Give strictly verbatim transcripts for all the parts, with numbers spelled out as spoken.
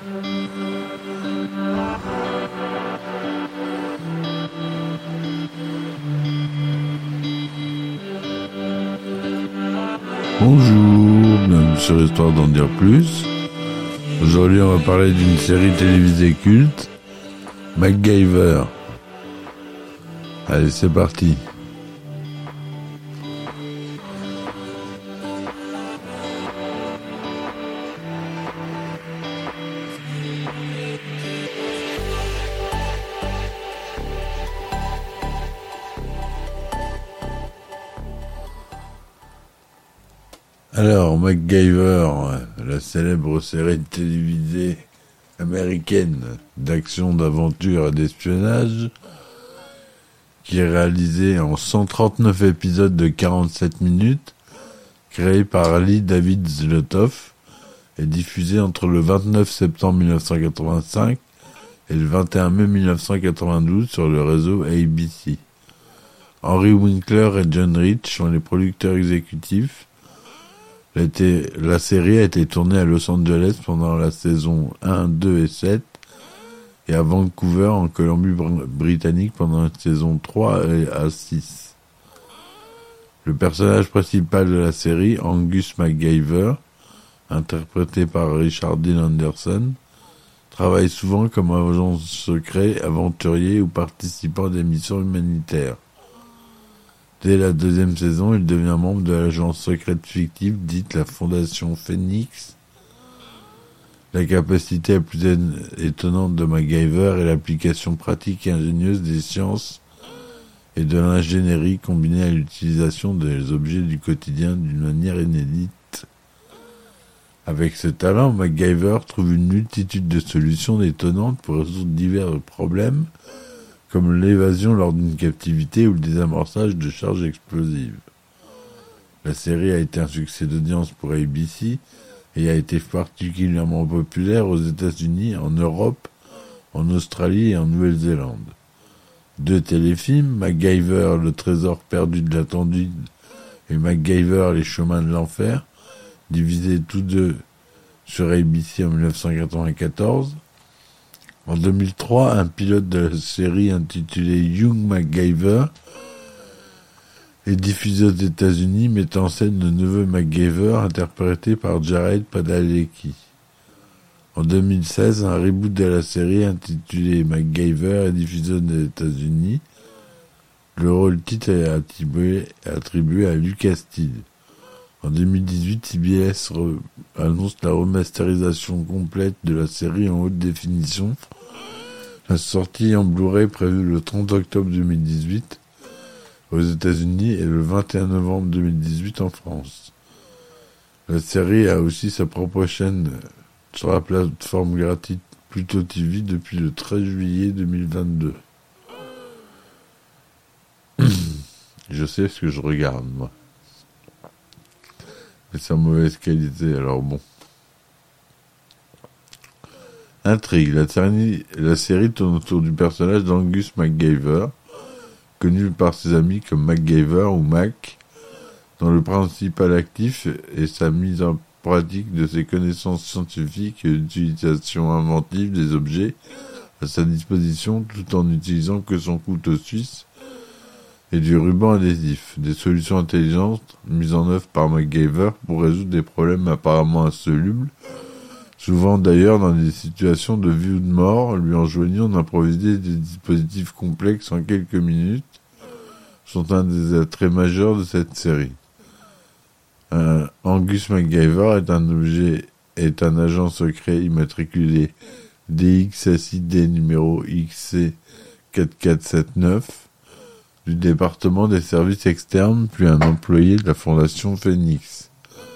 Bonjour, bienvenue sur Histoire d'en dire plus. Aujourd'hui, on va parler d'une série télévisée culte, MacGyver. Allez, c'est parti. Alors, MacGyver, la célèbre série télévisée américaine d'action, d'aventure et d'espionnage, qui est réalisée en cent trente-neuf épisodes de quarante-sept minutes, créée par Lee David Zlotoff, et diffusée entre le vingt-neuf septembre mille neuf cent quatre-vingt-cinq et le vingt et un mai mille neuf cent quatre-vingt-douze sur le réseau A B C. Henry Winkler et John Rich sont les producteurs exécutifs. La série a été tournée à Los Angeles pendant la saison un, deux et sept et à Vancouver en Colombie-Britannique pendant la saison trois à six. Le personnage principal de la série, Angus MacGyver, interprété par Richard Dean Anderson, travaille souvent comme agent secret, aventurier ou participant à des missions humanitaires. Dès la deuxième saison, il devient membre de l'agence secrète fictive dite la Fondation Phoenix. La capacité la plus étonnante de MacGyver est l'application pratique et ingénieuse des sciences et de l'ingénierie combinée à l'utilisation des objets du quotidien d'une manière inédite. Avec ce talent, MacGyver trouve une multitude de solutions étonnantes pour résoudre divers problèmes, comme l'évasion lors d'une captivité ou le désamorçage de charges explosives. La série a été un succès d'audience pour A B C et a été particulièrement populaire aux États-Unis, en Europe, en Australie et en Nouvelle-Zélande. Deux téléfilms, MacGyver, le trésor perdu de l'Atlantide et MacGyver, les chemins de l'enfer, divisés tous deux sur A B C en mille neuf cent quatre-vingt-quatorze. En deux mille trois, un pilote de la série intitulé Young MacGyver est diffusé aux États-Unis, mettant en scène le neveu MacGyver interprété par Jared Padalecki. En deux mille seize, un reboot de la série intitulé MacGyver est diffusé aux États-Unis. Le rôle titre est attribué, attribué à Lucas Steele. En deux mille dix-huit, C B S re- annonce la remasterisation complète de la série en haute définition. La sortie en Blu-ray prévue le trente octobre deux mille dix-huit aux États-Unis et le vingt et un novembre deux mille dix-huit en France. La série a aussi sa propre chaîne sur la plateforme gratuite Pluto T V depuis le treize juillet deux mille vingt-deux. Je sais ce que je regarde, moi. Mais c'est en mauvaise qualité, alors bon. Intrigue. La série, la série tourne autour du personnage d'Angus MacGyver, connu par ses amis comme MacGyver ou Mac, dont le principal actif est sa mise en pratique de ses connaissances scientifiques et l'utilisation inventive des objets à sa disposition, tout en n'utilisant que son couteau suisse et du ruban adhésif, des solutions intelligentes mises en œuvre par MacGyver pour résoudre des problèmes apparemment insolubles, souvent d'ailleurs dans des situations de vie ou de mort, lui enjoignant d'improviser des dispositifs complexes en quelques minutes, sont un des attraits majeurs de cette série. Un Angus MacGyver est un objet, est un agent secret immatriculé D X S I D numéro X C quatre quatre sept neuf, du département des services externes, puis un employé de la Fondation Phoenix,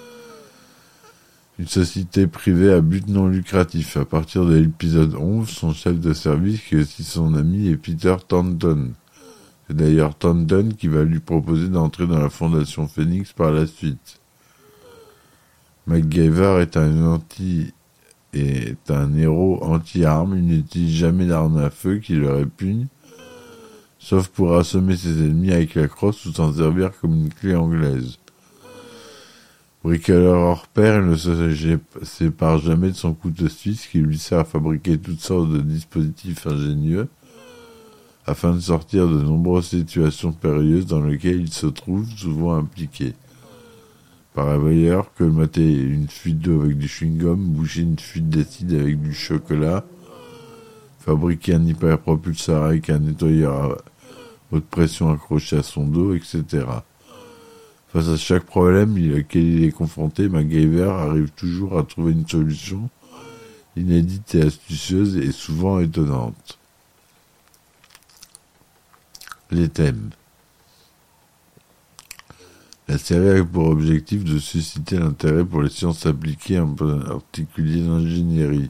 une société privée à but non lucratif. À partir de l'épisode onze, son chef de service, qui est aussi son ami, est Peter Thornton. C'est d'ailleurs Thornton qui va lui proposer d'entrer dans la Fondation Phoenix par la suite. MacGyver est un anti est un héros anti-armes, il n'utilise jamais d'armes à feu qui le répugnent, sauf pour assommer ses ennemis avec la crosse ou s'en servir comme une clé anglaise. Bricoleur hors pair, il ne se sépare jamais de son couteau suisse qui lui sert à fabriquer toutes sortes de dispositifs ingénieux afin de sortir de nombreuses situations périlleuses dans lesquelles il se trouve souvent impliqué. Par ailleurs, colmater une fuite d'eau avec du chewing-gum, boucher une fuite d'acide avec du chocolat, fabriquer un hyperpropulseur avec un nettoyeur à haute pression accroché à son dos, et cetera. Face à chaque problème auquel il est confronté, MacGyver arrive toujours à trouver une solution inédite et astucieuse et souvent étonnante. Les thèmes. La série a pour objectif de susciter l'intérêt pour les sciences appliquées, en particulier l'ingénierie,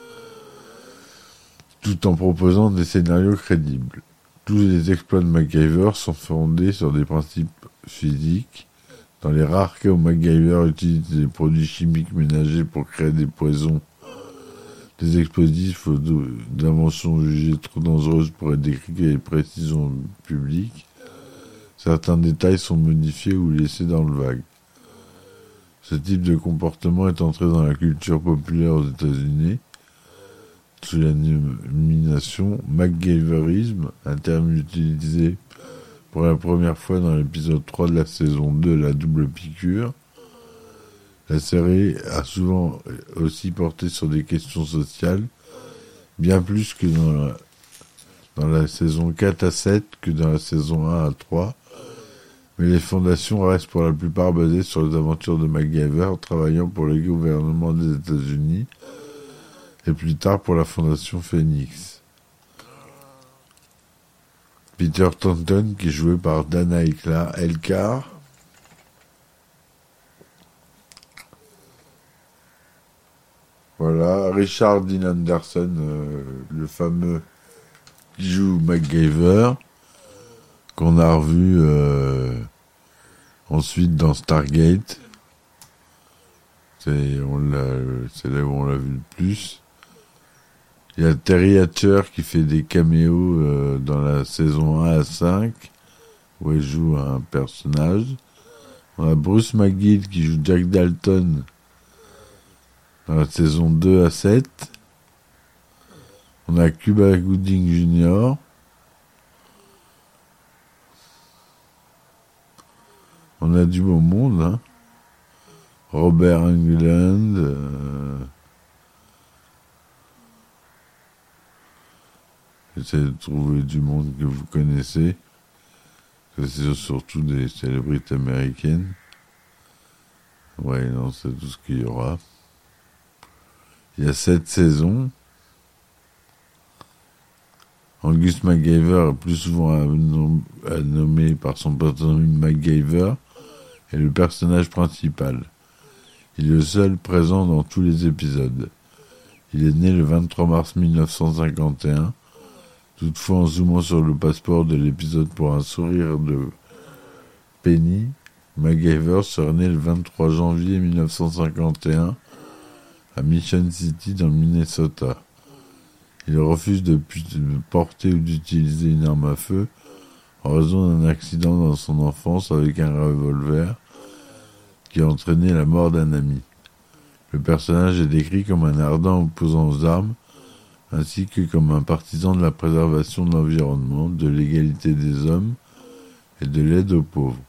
tout en proposant des scénarios crédibles. Tous les exploits de MacGyver sont fondés sur des principes physiques. Dans les rares cas où MacGyver utilise des produits chimiques ménagers pour créer des poisons, des explosifs ou d'inventions jugées trop dangereuses pour être décrites avec précision publique, certains détails sont modifiés ou laissés dans le vague. Ce type de comportement est entré dans la culture populaire aux États-Unis sous la dénomination MacGyverisme, un terme utilisé pour la première fois dans l'épisode trois de la saison deux, La Double Piqûre. La série a souvent aussi porté sur des questions sociales, bien plus que dans la, dans la saison quatre à sept que dans la saison un à trois, mais les fondations restent pour la plupart basées sur les aventures de MacGyver travaillant pour le gouvernement des États-Unis et plus tard pour la fondation Phoenix. Peter Thornton, qui est joué par Dana Elkar, voilà, Richard Dean Anderson, euh, le fameux qui joue MacGyver, qu'on a revu euh, ensuite dans Stargate. C'est, on l'a, c'est là où on l'a vu le plus. Il y a Terry Hatcher qui fait des caméos euh, dans la saison un à cinq, où il joue un personnage. On a Bruce McGill qui joue Jack Dalton dans la saison deux à sept. On a Cuba Gooding junior On a du beau monde, hein. Robert Englund. Euh... J'essaie de trouver du monde que vous connaissez. C'est surtout des célébrités américaines. Ouais, non, c'est tout ce qu'il y aura. Il y a sept saisons. Angus MacGyver est plus souvent nommé par son patronyme MacGyver est le personnage principal. Il est le seul présent dans tous les épisodes. Il est né le vingt-trois mars mille neuf cent cinquante et un. Toutefois, en zoomant sur le passeport de l'épisode pour un sourire de Penny, MacGyver serait né le vingt-trois janvier mille neuf cent cinquante et un à Mission City dans le Minnesota. Il refuse de porter ou d'utiliser une arme à feu en raison d'un accident dans son enfance avec un revolver qui a entraîné la mort d'un ami. Le personnage est décrit comme un ardent opposant aux armes, ainsi que comme un partisan de la préservation de l'environnement, de l'égalité des hommes et de l'aide aux pauvres.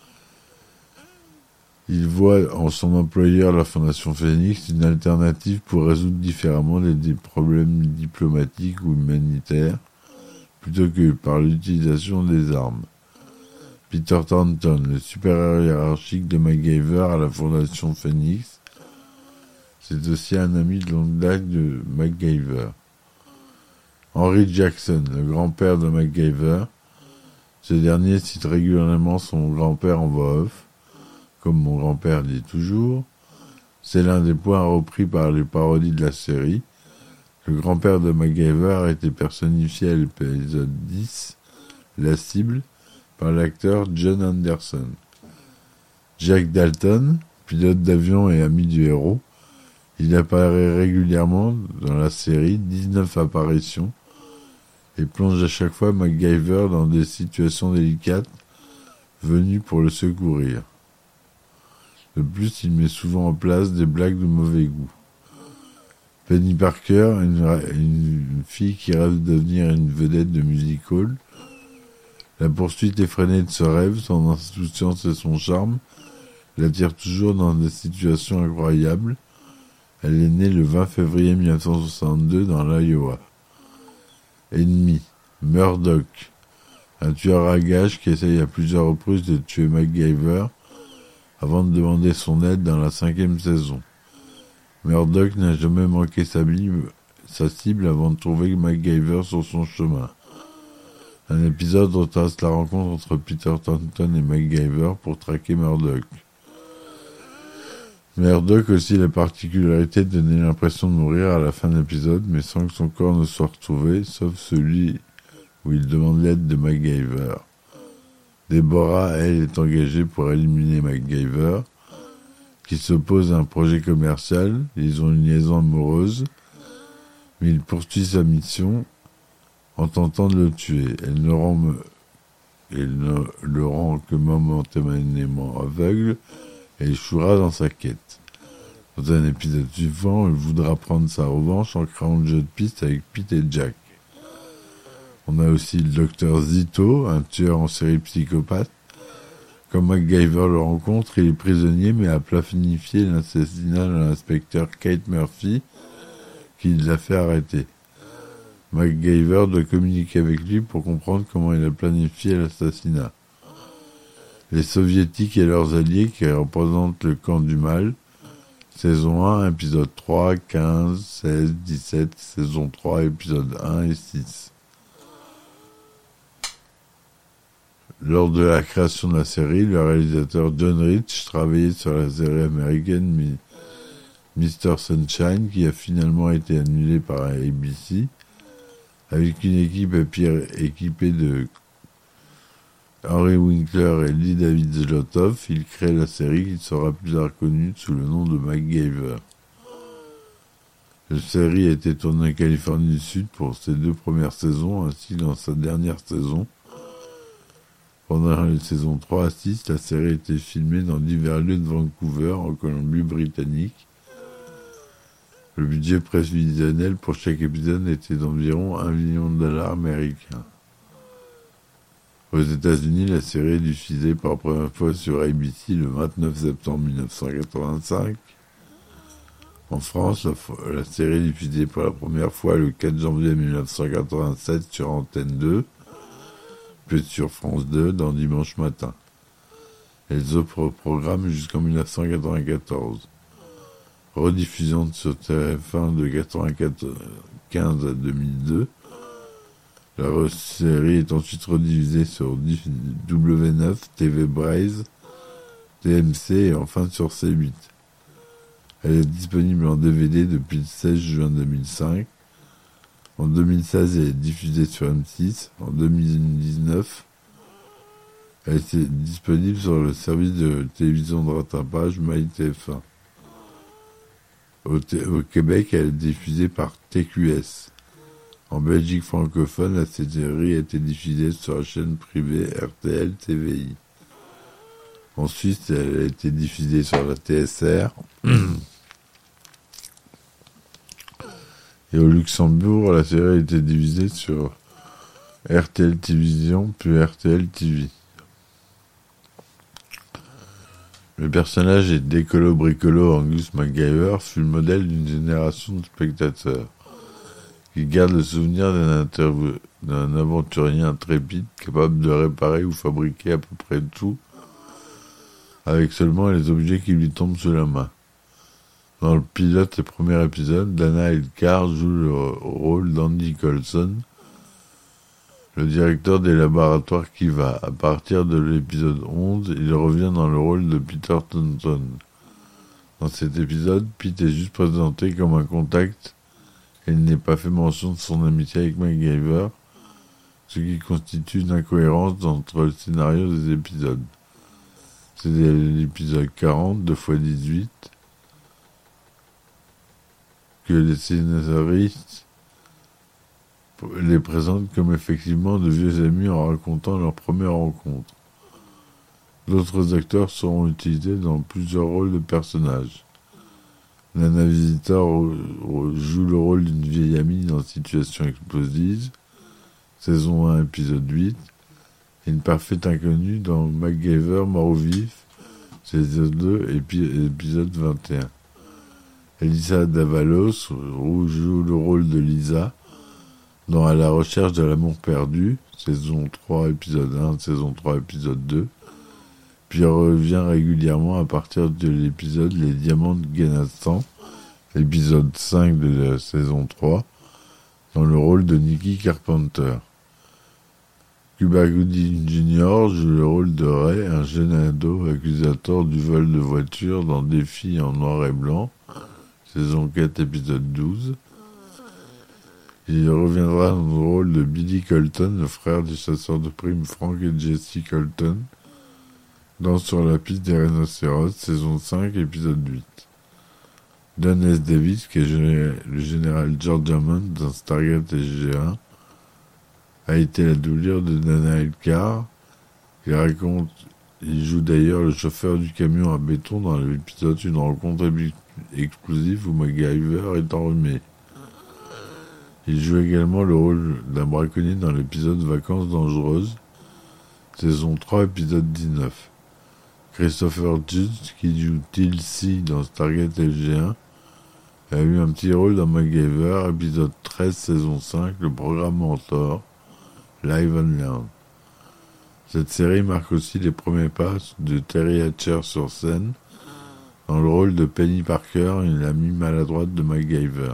Il voit en son employeur, la Fondation Phoenix, une alternative pour résoudre différemment les, des problèmes diplomatiques ou humanitaires, plutôt que par l'utilisation des armes. Peter Thornton, le supérieur hiérarchique de MacGyver à la Fondation Phoenix, c'est aussi un ami de longue date de MacGyver. Henry Jackson, le grand-père de MacGyver, ce dernier cite régulièrement son grand-père en voix off, comme mon grand-père dit toujours. C'est l'un des points repris par les parodies de la série. Le grand-père de MacGyver a été personnifié à l'épisode dix, La cible, par l'acteur John Anderson. Jack Dalton, pilote d'avion et ami du héros, il apparaît régulièrement dans la série, dix-neuf apparitions, et plonge à chaque fois MacGyver dans des situations délicates venues pour le secourir. De plus, il met souvent en place des blagues de mauvais goût. Penny Parker, une, une fille qui rêve de devenir une vedette de music-hall. La poursuite effrénée de ce rêve, son insouciance et son charme, l'attire toujours dans des situations incroyables. Elle est née le vingt février mille neuf cent soixante-deux dans l'Iowa. Ennemi, Murdoch, un tueur à gages qui essaye à plusieurs reprises de tuer MacGyver avant de demander son aide dans la cinquième saison. Murdoch n'a jamais manqué sa, sa cible avant de trouver MacGyver sur son chemin. Un épisode retrace la rencontre entre Peter Thornton et MacGyver pour traquer Murdoch. Murdoch a aussi la particularité de donner l'impression de mourir à la fin de l'épisode, mais sans que son corps ne soit retrouvé, sauf celui où il demande l'aide de MacGyver. Deborah, elle, est engagée pour éliminer MacGyver, qui s'oppose à un projet commercial. Ils ont une liaison amoureuse, mais il poursuit sa mission en tentant de le tuer. Elle ne, rend, elle ne le rend que momentanément aveugle et échouera dans sa quête. Dans un épisode suivant, il voudra prendre sa revanche en créant le jeu de piste avec Pete et Jack. On a aussi le docteur Zito, un tueur en série psychopathe. Quand MacGyver le rencontre, il est prisonnier mais a planifié l'assassinat de l'inspecteur Kate Murphy qui l'a fait arrêter. MacGyver doit communiquer avec lui pour comprendre comment il a planifié l'assassinat. Les soviétiques et leurs alliés qui représentent le camp du mal. Saison un, épisode trois, quinze, seize, dix-sept, saison trois, épisode un et six. Lors de la création de la série, le réalisateur John Rich travaillait sur la série américaine mister Sunshine, qui a finalement été annulée par A B C. Avec une équipe équipée de Henry Winkler et Lee David Zlotoff, il crée la série qui sera plus tard connue sous le nom de MacGyver. La série a été tournée en Californie du Sud pour ses deux premières saisons, ainsi que dans sa dernière saison. Pendant les saisons trois à six, la série a été filmée dans divers lieux de Vancouver, en Colombie-Britannique. Le budget prévisionnel pour chaque épisode était d'environ un million de dollars américains. Aux États-Unis, la série est diffusée pour la première fois sur A B C le vingt-neuf septembre mille neuf cent quatre-vingt-cinq. En France, la, la série est diffusée pour la première fois le quatre janvier mille neuf cent quatre-vingt-sept sur Antenne deux, puis sur France deux dans Dimanche matin. Elles offrent au programme jusqu'en mille neuf cent quatre-vingt-quatorze. Rediffusion sur T F un de quatre-vingt-quinze à deux mille deux. La série est ensuite rediffusée sur W neuf, T V Braze, T M C et enfin sur C huit. Elle est disponible en D V D depuis le seize juin deux mille cinq. En deux mille seize, elle est diffusée sur M six. En deux mille dix-neuf, elle est disponible sur le service de télévision de rattrapage MyTF un. Au, t- au Québec, elle est diffusée par T Q S. En Belgique francophone, la série a été diffusée sur la chaîne privée R T L T V I. En Suisse, elle a été diffusée sur la T S R. Et au Luxembourg, la série a été diffusée sur R T L Télévision, puis R T L T V. Le personnage est d'écolo bricolo Angus MacGyver fut le modèle d'une génération de spectateurs qui gardent le souvenir d'un, interv- d'un aventurier intrépide capable de réparer ou fabriquer à peu près tout avec seulement les objets qui lui tombent sous la main. Dans le pilote et premier épisode, Dana Elkar joue le rôle d'Andy Colson, le directeur des laboratoires Kiva. À partir de l'épisode onze, il revient dans le rôle de Peter Thornton. Dans cet épisode, Pete est juste présenté comme un contact et il n'est pas fait mention de son amitié avec MacGyver, ce qui constitue une incohérence entre le scénario des épisodes. C'est l'épisode quarante, deux fois dix-huit, que les scénaristes les présentent comme effectivement de vieux amis en racontant leur première rencontre. D'autres acteurs seront utilisés dans plusieurs rôles de personnages. Nana Visitor joue le rôle d'une vieille amie dans Situation explosive, saison un, épisode huit, et une parfaite inconnue dans MacGyver, mort ou vif, saison deux, épi- épisode vingt et un. Elisa Davalos joue le rôle de Lisa dans À la recherche de l'amour perdu, saison trois, épisode un, saison trois, épisode deux, puis revient régulièrement à partir de l'épisode Les Diamants de Guenastan, épisode cinq de la saison trois, dans le rôle de Nicky Carpenter. Cuba Gooding junior joue le rôle de Ray, un jeune ado accusateur du vol de voiture dans Défi en noir et blanc, saison quatre, épisode douze. Il reviendra dans le rôle de Billy Colton, le frère du chasseur de primes Frank et Jesse Colton, dans Sur la piste des rhinocéros, saison cinq, épisode huit. Don S. Davis, qui est le général George Hammond dans Stargate S G un, a été la doublure de Dana Elkar. Il raconte, il joue d'ailleurs le chauffeur du camion à béton dans l'épisode Une rencontre explosive où MacGyver est enrhumé. Il joue également le rôle d'un braconnier dans l'épisode Vacances dangereuses, saison trois, épisode dix-neuf. Christopher Judge, qui joue Tilsey dans Stargate F G un, a eu un petit rôle dans MacGyver, épisode treize, saison cinq, le programme Mentor, Live and Learn. Cette série marque aussi les premiers pas de Terry Hatcher sur scène, dans le rôle de Penny Parker, une amie maladroite de MacGyver.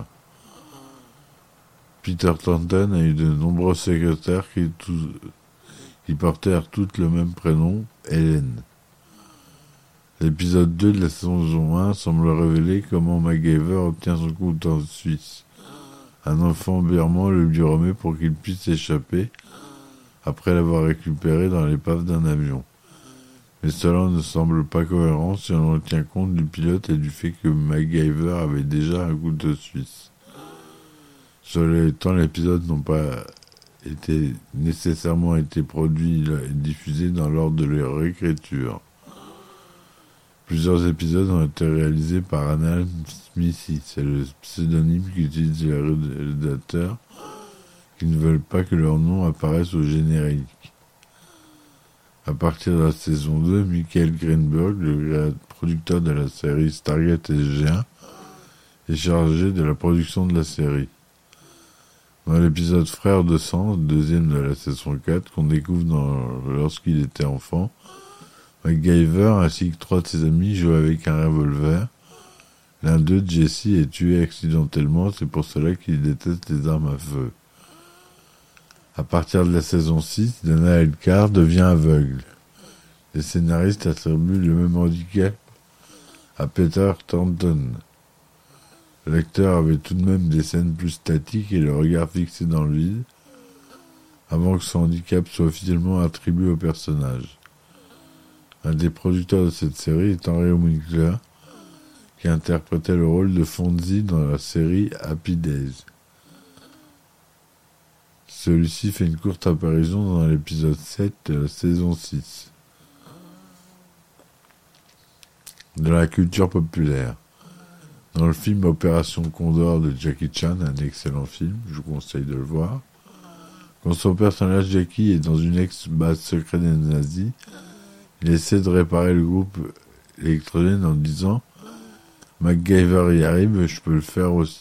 Peter Thornton a eu de nombreux secrétaires qui, tous, qui portèrent toutes le même prénom, Hélène. L'épisode deux de la saison un semble révéler comment MacGyver obtient son couteau suisse. Un enfant birman le lui remet pour qu'il puisse échapper après l'avoir récupéré dans l'épave d'un avion. Mais cela ne semble pas cohérent si on tient compte du pilote et du fait que MacGyver avait déjà un couteau suisse. Cela étant, l'épisode n'a pas été nécessairement été produit et diffusé dans l'ordre de leur écriture. Plusieurs épisodes ont été réalisés par Alan Smithy, c'est le pseudonyme qu'utilisent les rédacteurs qui ne veulent pas que leur nom apparaisse au générique. À partir de la saison deux, Michael Greenberg, le producteur de la série Stargate S G un, est chargé de la production de la série. Dans l'épisode Frères de sang, deuxième de la saison quatre, qu'on découvre dans, lorsqu'il était enfant, MacGyver ainsi que trois de ses amis jouent avec un revolver. L'un d'eux, Jesse, est tué accidentellement, c'est pour cela qu'il déteste les armes à feu. À partir de la saison six, Dana Elkar devient aveugle. Les scénaristes attribuent le même handicap à Peter Thornton. L'acteur avait tout de même des scènes plus statiques et le regard fixé dans le vide, avant que son handicap soit officiellement attribué au personnage. Un des producteurs de cette série est Henry Winkler, qui interprétait le rôle de Fonzie dans la série Happy Days. Celui-ci fait une courte apparition dans l'épisode sept de la saison six. De la culture populaire. Dans le film Opération Condor de Jackie Chan, un excellent film, je vous conseille de le voir, quand son personnage Jackie est dans une ex-base secrète des nazis, il essaie de réparer le groupe électrogène en disant « MacGyver y arrive, je peux le faire aussi ».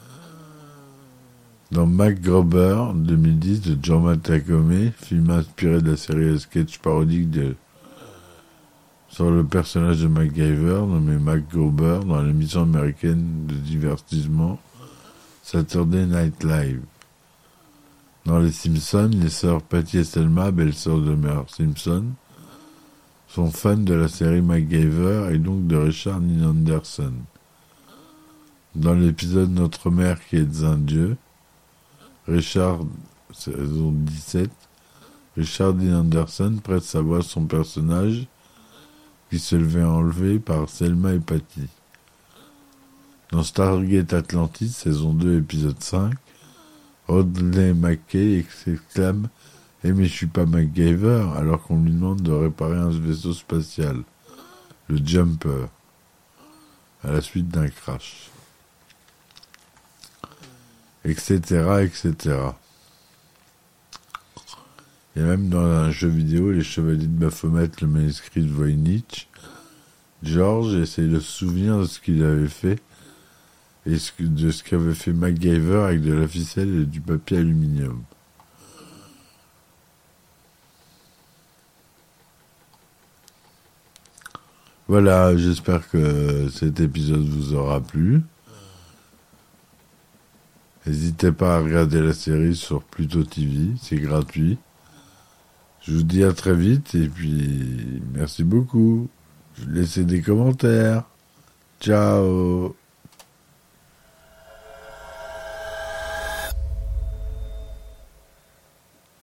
Dans MacGruber, deux mille dix, de Jorma Takamine, film inspiré de la série sketch parodique de sur le personnage de MacGyver, nommé MacGruber, dans l'émission américaine de divertissement Saturday Night Live. Dans Les Simpsons, les sœurs Patty et Selma, belles-sœurs de Homer Simpson, sont fans de la série MacGyver et donc de Richard Dean Anderson. Dans l'épisode Notre mère qui est un dieu, Richard, saison dix-sept, Richard Dean Anderson prête sa voix à son personnage qui se levait enlevé par Selma et Patty. Dans Stargate Atlantis, saison deux, épisode cinq, Rodney McKay exclame Eh mais je suis pas MacGyver alors qu'on lui demande de réparer un vaisseau spatial, le Jumper, à la suite d'un crash. Etc, et cetera. Et même dans un jeu vidéo, les Chevaliers de Baphomet, le manuscrit de Voynich, George essaye de se souvenir de ce qu'il avait fait et de ce qu'avait fait MacGyver avec de la ficelle et du papier aluminium. Voilà, j'espère que cet épisode vous aura plu. N'hésitez pas à regarder la série sur Pluto T V, c'est gratuit. Je vous dis à très vite et puis merci beaucoup. Laissez des commentaires. Ciao.